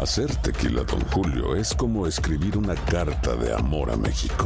Hacer tequila Don Julio es como escribir una carta de amor a México.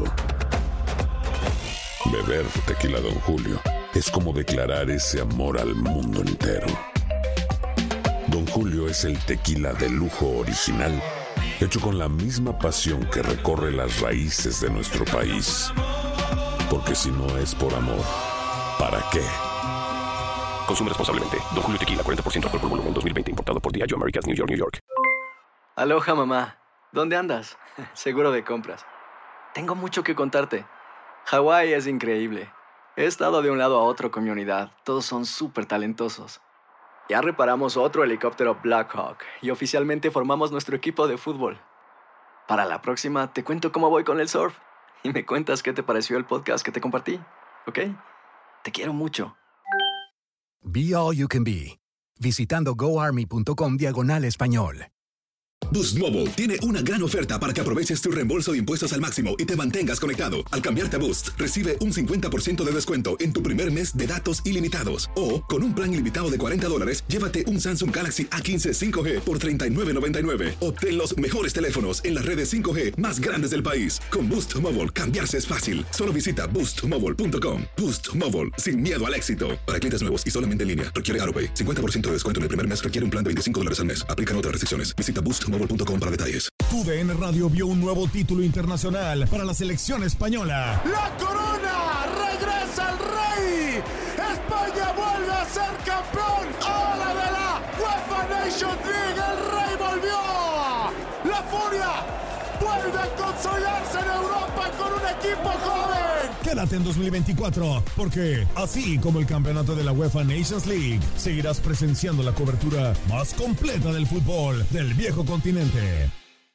Beber tequila Don Julio es como declarar ese amor al mundo entero. Don Julio es el tequila de lujo original, hecho con la misma pasión que recorre las raíces de nuestro país. Porque si no es por amor, ¿para qué? Consume responsablemente. Don Julio Tequila, 40% alcohol por volumen, 2020. Importado por Diageo Americas, New York, New York. Aloha, mamá. ¿Dónde andas? Seguro de compras. Tengo mucho que contarte. Hawái es increíble. He estado de un lado a otro con mi unidad. Todos son súper talentosos. Ya reparamos otro helicóptero Blackhawk y oficialmente formamos nuestro equipo de fútbol. Para la próxima te cuento cómo voy con el surf y me cuentas qué te pareció el podcast que te compartí, ¿ok? Te quiero mucho. Be All You Can Be, visitando goarmy.com/español. Boost Mobile tiene una gran oferta para que aproveches tu reembolso de impuestos al máximo y te mantengas conectado. Al cambiarte a Boost, recibe un 50% de descuento en tu primer mes de datos ilimitados. O, con un plan ilimitado de $40, llévate un Samsung Galaxy A15 5G por $39.99. Obtén los mejores teléfonos en las redes 5G más grandes del país. Con Boost Mobile, cambiarse es fácil. Solo visita boostmobile.com. Boost Mobile, sin miedo al éxito. Para clientes nuevos y solamente en línea, requiere AroPay. 50% de descuento en el primer mes requiere un plan de $25 al mes. Aplican otras restricciones. Visita boostmobile.com para detalles. TUDN Radio vio un nuevo título internacional para la selección española. ¡La corona! ¡Regresa el rey! ¡España vuelve a ser campeón! ¡Ahora de la UEFA Nations League! ¡El rey volvió! ¡La furia vuelve a consolidarse en Europa con un equipo joven! Quédate en 2024, porque así como el campeonato de la UEFA Nations League, seguirás presenciando la cobertura más completa del fútbol del viejo continente.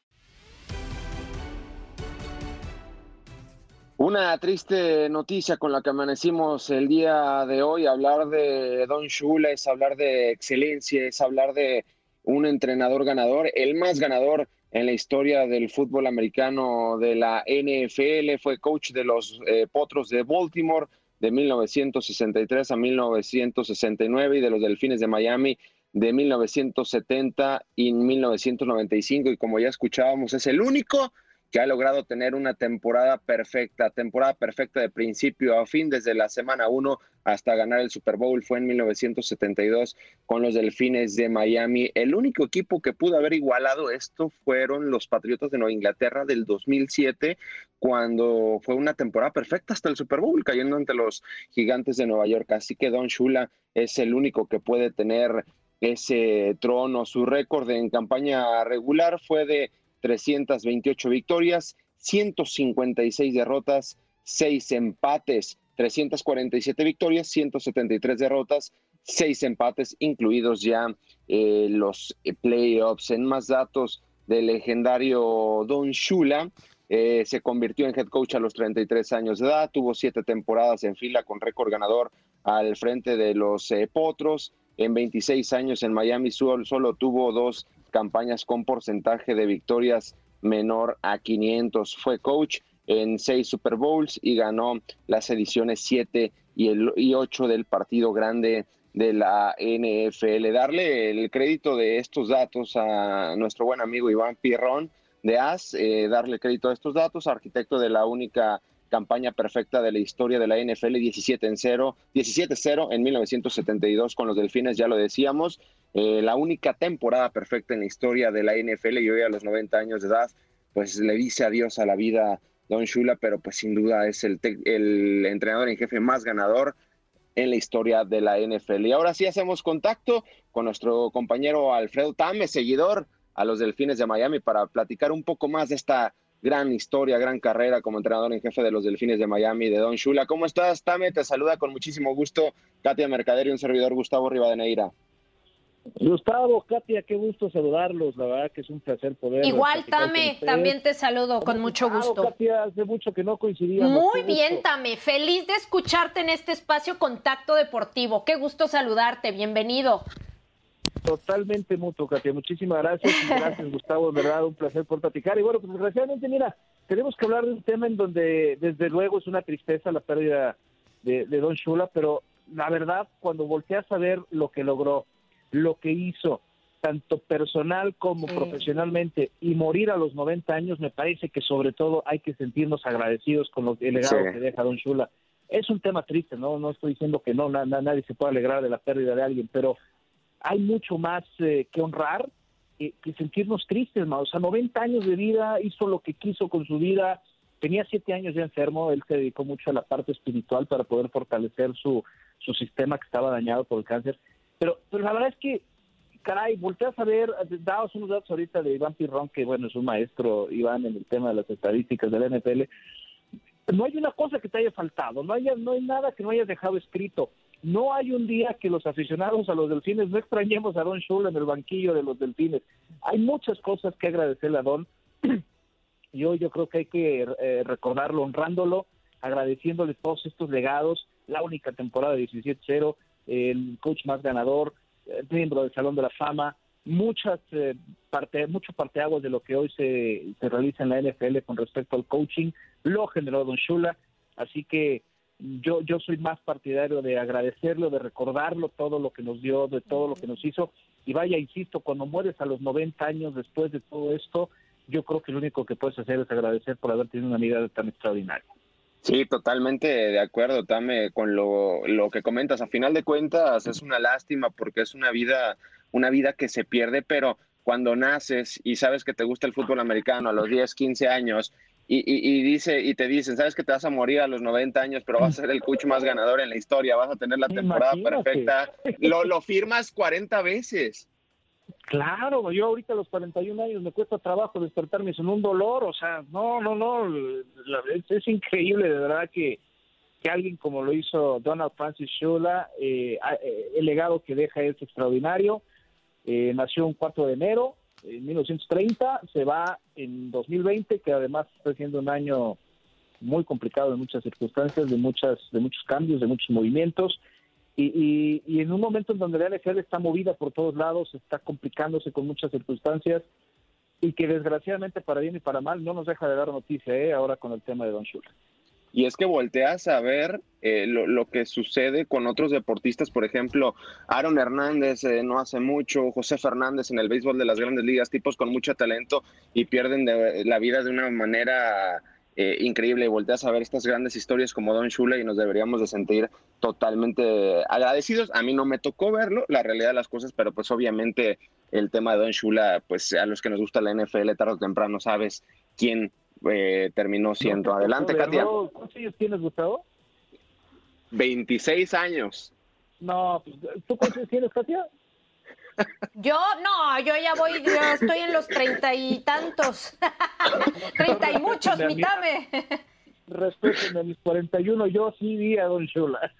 Una triste noticia con la que amanecimos el día de hoy. Hablar de Don Shula es hablar de excelencia, es hablar de un entrenador ganador, el más ganador en la historia del fútbol americano de la NFL. Fue coach de los Potros de Baltimore de 1963 a 1969 y de los Delfines de Miami de 1970 y 1995. Y como ya escuchábamos, es el único que ha logrado tener una temporada perfecta de principio a fin, desde la semana 1 hasta ganar el Super Bowl. Fue en 1972 con los Delfines de Miami. El único equipo que pudo haber igualado esto fueron los Patriotas de Nueva Inglaterra del 2007, cuando fue una temporada perfecta hasta el Super Bowl, cayendo ante los Gigantes de Nueva York. Así que Don Shula es el único que puede tener ese trono. Su récord en campaña regular fue de 328 victorias, 156 derrotas, 6 empates, 347 victorias, 173 derrotas, 6 empates, incluidos ya los playoffs. En más datos del legendario Don Shula, se convirtió en head coach a los 33 años de edad, tuvo 7 temporadas en fila con récord ganador al frente de los Potros. En 26 años en Miami solo tuvo 2 campañas con porcentaje de victorias menor a 500. Fue coach en 6 Super Bowls y ganó las ediciones 7 y 8 del partido grande de la NFL. Darle el crédito de estos datos a nuestro buen amigo Iván Pirrón de AS, darle crédito a estos datos, arquitecto de la única campaña perfecta de la historia de la NFL, 17-0 en 1972 con los Delfines, ya lo decíamos, la única temporada perfecta en la historia de la NFL, y hoy a los 90 años de edad, pues le dice adiós a la vida Don Shula, pero pues sin duda es el entrenador en jefe más ganador en la historia de la NFL. Y ahora sí hacemos contacto con nuestro compañero Alfredo Tame, seguidor a los Delfines de Miami, para platicar un poco más de esta gran historia, gran carrera como entrenador en jefe de los Delfines de Miami, de Don Shula. ¿Cómo estás, Tame? Te saluda con muchísimo gusto Katia Mercader y un servidor, Gustavo Rivadeneira. Gustavo, Katia, qué gusto saludarlos, la verdad que es un placer poder... Igual, Tame, también te saludo con mucho gusto. Katia, hace mucho que no coincidíamos. Muy bien, Tame, feliz de escucharte en este espacio Contacto Deportivo. Qué gusto saludarte, bienvenido. Totalmente mutuo, Katia, muchísimas gracias. Gracias, Gustavo, de verdad, un placer por platicar. Y bueno, pues desgraciadamente, mira, tenemos que hablar de un tema en donde, desde luego, es una tristeza la pérdida de Don Shula, pero la verdad, cuando volteas a ver lo que logró, lo que hizo, tanto personal como profesionalmente, y morir a los 90 años, me parece que sobre todo hay que sentirnos agradecidos con el legado que deja Don Shula. Es un tema triste, no estoy diciendo que nadie se pueda alegrar de la pérdida de alguien, pero hay mucho más que honrar que sentirnos tristes, ¿no? O sea, 90 años de vida, hizo lo que quiso con su vida, tenía 7 años ya enfermo, él se dedicó mucho a la parte espiritual para poder fortalecer su sistema que estaba dañado por el cáncer, pero la verdad es que, caray, volteas a ver, daos unos datos ahorita de Iván Pirrón, que bueno, es un maestro, Iván, en el tema de las estadísticas de la NFL. No hay una cosa que te haya faltado, no hay nada que no hayas dejado escrito. No hay un día que los aficionados a los Delfines no extrañemos a Don Shula en el banquillo de los Delfines. Hay muchas cosas que agradecerle a Don. Yo creo que hay que recordarlo, honrándolo, agradeciéndole todos estos legados, la única temporada de 17-0, el coach más ganador, miembro del Salón de la Fama, mucho parteaguas de lo que hoy se realiza en la NFL con respecto al coaching, lo generó Don Shula, así que yo soy más partidario de agradecerlo, de recordarlo, todo lo que nos dio, de todo lo que nos hizo, y vaya, insisto, cuando mueres a los 90 años después de todo esto, yo creo que lo único que puedes hacer es agradecer por haber tenido una vida tan extraordinaria. Sí, totalmente de acuerdo, Tame, con lo que comentas. A final de cuentas es una lástima porque es una vida que se pierde, pero cuando naces y sabes que te gusta el fútbol americano a los 10, 15 años y te dicen, sabes que te vas a morir a los 90 años, pero vas a ser el coach más ganador en la historia, vas a tener la temporada perfecta, lo firmas 40 veces. Claro, yo ahorita a los 41 años me cuesta trabajo despertarme sin un dolor, o sea, es increíble de verdad que alguien como lo hizo Donald Francis Shula, el legado que deja es extraordinario. Nació un 4 de enero en 1930, se va en 2020, que además está siendo un año muy complicado en muchas circunstancias, de muchos cambios, de muchos movimientos. Y en un momento en donde la NFL está movida por todos lados, está complicándose con muchas circunstancias y que desgraciadamente para bien y para mal no nos deja de dar noticia ahora con el tema de Don Shula. Y es que volteas a ver lo que sucede con otros deportistas, por ejemplo, Aaron Hernández no hace mucho, José Fernández en el béisbol de las grandes ligas, tipos con mucho talento y pierden la vida de una manera increíble, y volteas a ver estas grandes historias como Don Shula y nos deberíamos de sentir totalmente agradecidos. A mí no me tocó verlo, la realidad de las cosas, pero pues obviamente el tema de Don Shula, pues a los que nos gusta la NFL tarde o temprano sabes quién terminó siendo. Adelante, Katia. ¿Cuántos años tienes, Gustavo? 26 años. No, ¿tú cuántos años tienes, Katia? Yo estoy en los 30 y tantos. 30 y muchos, mitame. Respétenme, a mis 41 yo sí vi a Don Shula.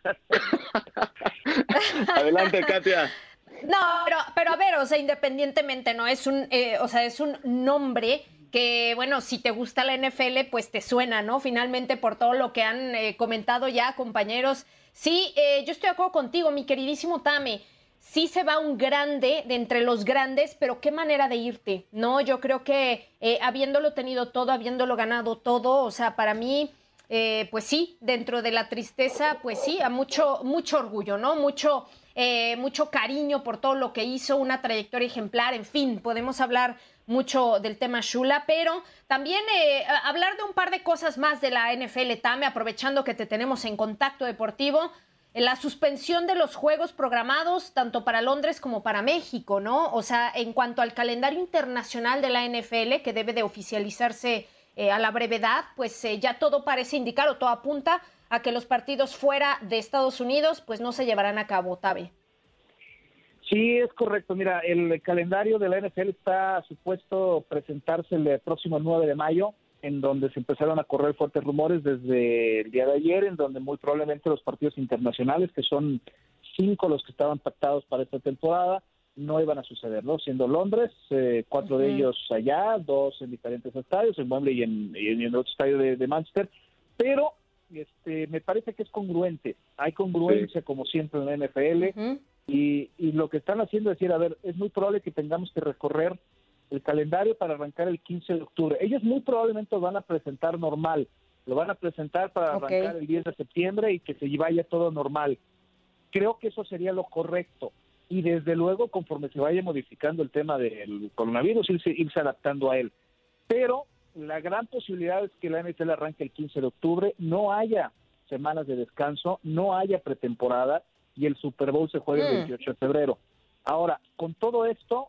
Adelante, Katia. No, pero a ver, o sea, independientemente, ¿no? Es un nombre que, bueno, si te gusta la NFL, pues te suena, ¿no? Finalmente, por todo lo que han comentado ya, compañeros. Sí, yo estoy de acuerdo contigo, mi queridísimo Tame. Sí se va un grande de entre los grandes, pero qué manera de irte, ¿no? Yo creo que habiéndolo tenido todo, habiéndolo ganado todo, o sea, para mí, pues sí, dentro de la tristeza, pues sí, a mucho orgullo, ¿no? Mucho cariño por todo lo que hizo, una trayectoria ejemplar, en fin, podemos hablar mucho del tema Shula, pero también hablar de un par de cosas más de la NFL, Tame, aprovechando que te tenemos en Contacto Deportivo. La suspensión de los juegos programados tanto para Londres como para México, ¿no? O sea, en cuanto al calendario internacional de la NFL, que debe de oficializarse a la brevedad, pues ya todo parece indicar o todo apunta a que los partidos fuera de Estados Unidos pues no se llevarán a cabo, Tabe. Sí, es correcto. Mira, el calendario de la NFL está supuesto presentarse el próximo 9 de mayo, en donde se empezaron a correr fuertes rumores desde el día de ayer, en donde muy probablemente los partidos internacionales, que son 5 los que estaban pactados para esta temporada, no iban a suceder, ¿no? Siendo Londres, 4 de ellos allá, 2 en diferentes estadios, en Wembley y en el otro estadio de Manchester, pero me parece que es congruente. Hay congruencia, como siempre, en la NFL, y lo que están haciendo es decir, a ver, es muy probable que tengamos que recorrer el calendario para arrancar el 15 de octubre. Ellos muy probablemente lo van a presentar normal, lo van a presentar para arrancar el 10 de septiembre y que se vaya todo normal. Creo que eso sería lo correcto, y desde luego conforme se vaya modificando el tema del coronavirus, irse adaptando a él. Pero la gran posibilidad es que la NFL arranque el 15 de octubre, no haya semanas de descanso, no haya pretemporada y el Super Bowl se juegue el 28 de febrero. Ahora, con todo esto,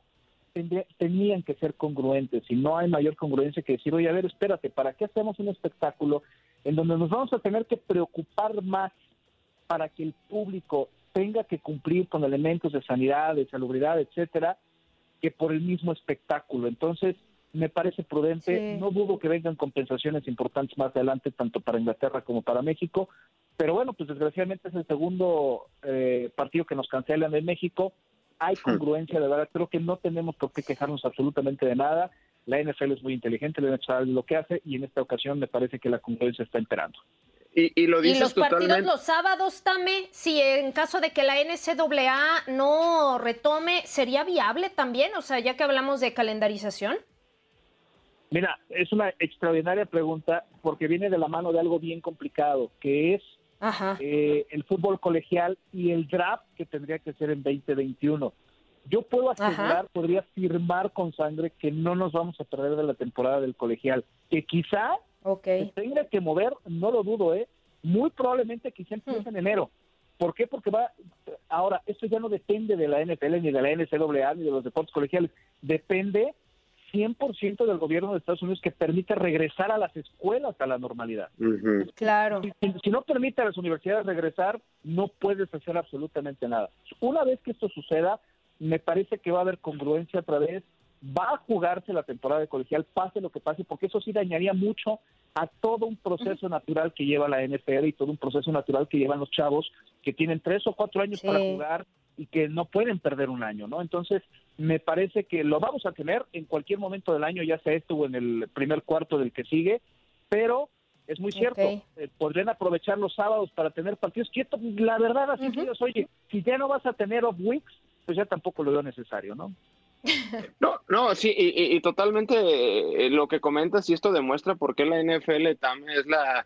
tenían que ser congruentes y no hay mayor congruencia que decir, oye, a ver, espérate, ¿para qué hacemos un espectáculo en donde nos vamos a tener que preocupar más para que el público tenga que cumplir con elementos de sanidad, de salubridad, etcétera, que por el mismo espectáculo? Entonces, me parece prudente, no dudo que vengan compensaciones importantes más adelante, tanto para Inglaterra como para México, pero bueno, pues desgraciadamente es el segundo partido que nos cancelan de México. Hay congruencia, de verdad, creo que no tenemos por qué quejarnos absolutamente de nada. La NFL es muy inteligente, la NFL sabe lo que hace, y en esta ocasión me parece que la congruencia está imperando. Y lo dices ¿Y los totalmente... partidos los sábados, Tame? Si en caso de que la NCAA no retome, ¿sería viable también? O sea, ya que hablamos de calendarización. Mira, es una extraordinaria pregunta porque viene de la mano de algo bien complicado, que es el fútbol colegial y el draft que tendría que ser en 2021. Yo puedo asegurar, podría firmar con sangre que no nos vamos a perder de la temporada del colegial, que quizá se tenga que mover, no lo dudo, muy probablemente quizá empiece en enero. ¿Por qué? Porque ahora, esto ya no depende de la NFL, ni de la NCAA, ni de los deportes colegiales, depende 100% del gobierno de Estados Unidos, que permite regresar a las escuelas a la normalidad. Claro. Si no permite a las universidades regresar, no puedes hacer absolutamente nada. Una vez que esto suceda, me parece que va a haber congruencia otra vez, va a jugarse la temporada de colegial, pase lo que pase, porque eso sí dañaría mucho a todo un proceso natural que lleva la NFL y todo un proceso natural que llevan los chavos que tienen 3 o 4 años para jugar y que no pueden perder un año, ¿no? Entonces, me parece que lo vamos a tener en cualquier momento del año, ya sea esto o en el primer cuarto del que sigue, pero es muy cierto, podrían aprovechar los sábados para tener partidos quietos. La verdad, así que ellos, oye, si ya no vas a tener off weeks, pues ya tampoco lo veo necesario, ¿no? No, sí, y totalmente lo que comentas, y esto demuestra por qué la NFL también es la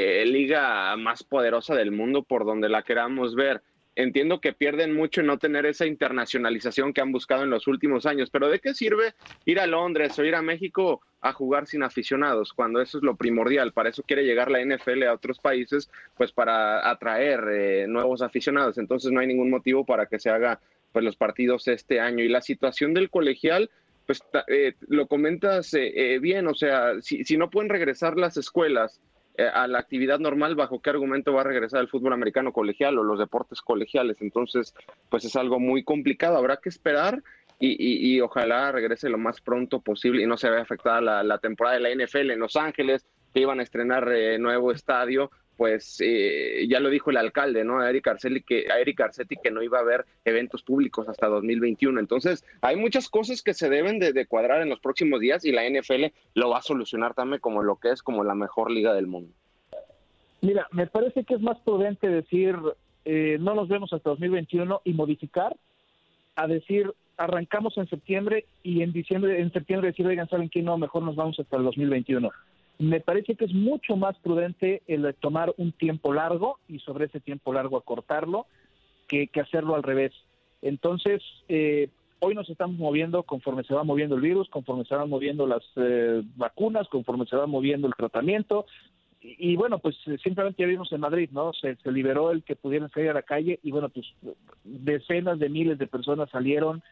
liga más poderosa del mundo por donde la queramos ver. Entiendo que pierden mucho en no tener esa internacionalización que han buscado en los últimos años, pero ¿de qué sirve ir a Londres o ir a México a jugar sin aficionados cuando eso es lo primordial? Para eso quiere llegar la NFL a otros países, pues para atraer nuevos aficionados. Entonces no hay ningún motivo para que se haga pues los partidos este año. Y la situación del colegial, pues lo comentas bien, o sea, si no pueden regresar las escuelas a la actividad normal, ¿bajo qué argumento va a regresar el fútbol americano colegial o los deportes colegiales? Entonces, pues es algo muy complicado, habrá que esperar y ojalá regrese lo más pronto posible y no se vea afectada la temporada de la NFL en Los Ángeles, que iban a estrenar nuevo estadio. Pues ya lo dijo el alcalde, ¿no? A Eric Garcetti, que no iba a haber eventos públicos hasta 2021. Entonces, hay muchas cosas que se deben de cuadrar en los próximos días y la NFL lo va a solucionar también como lo que es como la mejor liga del mundo. Mira, me parece que es más prudente decir no nos vemos hasta 2021 y modificar, a decir arrancamos en septiembre y en septiembre decir, oigan, ¿saben qué? No, mejor nos vamos hasta el 2021. Me parece que es mucho más prudente el tomar un tiempo largo y sobre ese tiempo largo acortarlo que hacerlo al revés. Entonces, hoy nos estamos moviendo conforme se va moviendo el virus, conforme se van moviendo las vacunas, conforme se va moviendo el tratamiento. Y bueno, pues simplemente ya vimos en Madrid, ¿no? Se liberó el que pudieran salir a la calle y bueno, pues decenas de miles de personas salieron.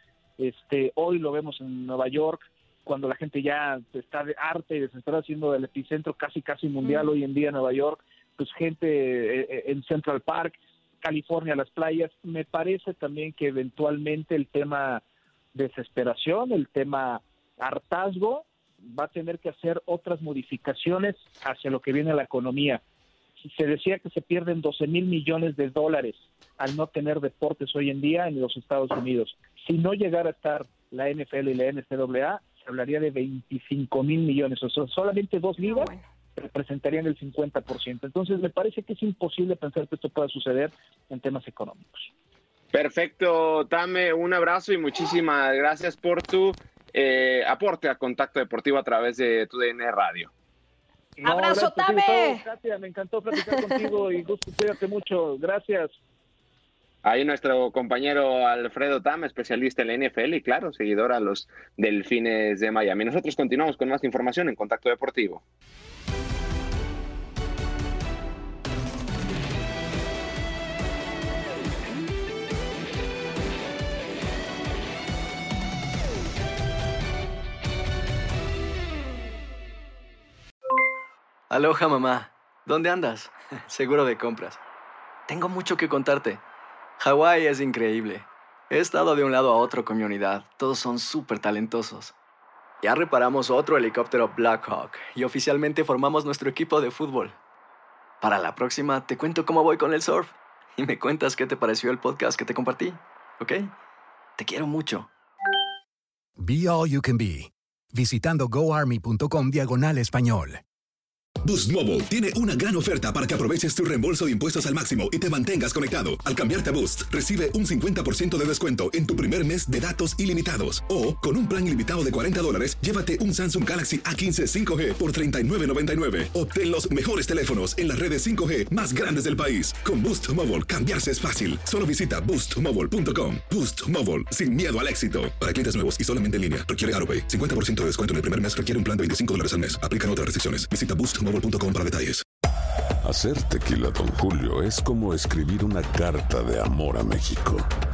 Hoy lo vemos en Nueva York, cuando la gente ya está harta y se está haciendo el epicentro casi mundial hoy en día en Nueva York, pues gente en Central Park, California, las playas. Me parece también que eventualmente el tema desesperación, el tema hartazgo, va a tener que hacer otras modificaciones hacia lo que viene la economía. Se decía que se pierden $12,000 millones al no tener deportes hoy en día en los Estados Unidos. Si no llegara a estar la NFL y la NCAA, se hablaría de $25,000 millones. O sea, solamente 2 ligas representarían el 50%. Entonces, me parece que es imposible pensar que esto pueda suceder en temas económicos. Perfecto, Tame, un abrazo y muchísimas gracias por tu aporte a Contacto Deportivo a través de TUDN Radio. ¡Abrazo, Tame! Katia, me encantó platicar contigo y gusto, cuídate mucho. Gracias. Ahí nuestro compañero Alfredo Tam, especialista en la NFL y claro, seguidor a los Delfines de Miami. Nosotros continuamos con más información en Contacto Deportivo. Aloha, mamá. ¿Dónde andas? Seguro de compras. Tengo mucho que contarte. Hawái es increíble. He estado de un lado a otro con mi unidad. Todos son súper talentosos. Ya reparamos otro helicóptero Blackhawk y oficialmente formamos nuestro equipo de fútbol. Para la próxima te cuento cómo voy con el surf y me cuentas qué te pareció el podcast que te compartí, ¿ok? Te quiero mucho. Be All You Can Be, visitando goarmy.com/español. Boost Mobile tiene una gran oferta para que aproveches tu reembolso de impuestos al máximo y te mantengas conectado. Al cambiarte a Boost, recibe un 50% de descuento en tu primer mes de datos ilimitados. O, con un plan ilimitado de $40, llévate un Samsung Galaxy A15 5G por $39.99. Obtén los mejores teléfonos en las redes 5G más grandes del país. Con Boost Mobile, cambiarse es fácil. Solo visita boostmobile.com. Boost Mobile, sin miedo al éxito. Para clientes nuevos y solamente en línea, requiere AutoPay. 50% de descuento en el primer mes requiere un plan de $25 al mes. Aplican otras restricciones. Visita boostmobile.com para detalles. Hacer tequila Don Julio es como escribir una carta de amor a México.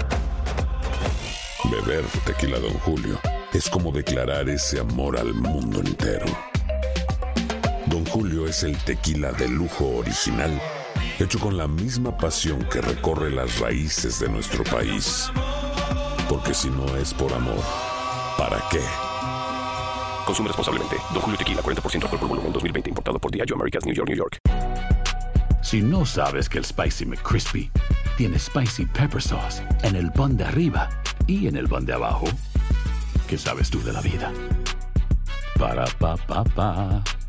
Beber tequila Don Julio es como declarar ese amor al mundo entero. Don Julio es el tequila de lujo original, hecho con la misma pasión que recorre las raíces de nuestro país. Porque si no es por amor, ¿para qué? Consume responsablemente. Don Julio Tequila, 40% alcohol por volumen, 2020. Importado por Diageo Americas, New York, New York. Si no sabes que el Spicy McCrispy tiene Spicy Pepper Sauce en el pan de arriba y en el pan de abajo, ¿qué sabes tú de la vida? Para, pa, pa, pa.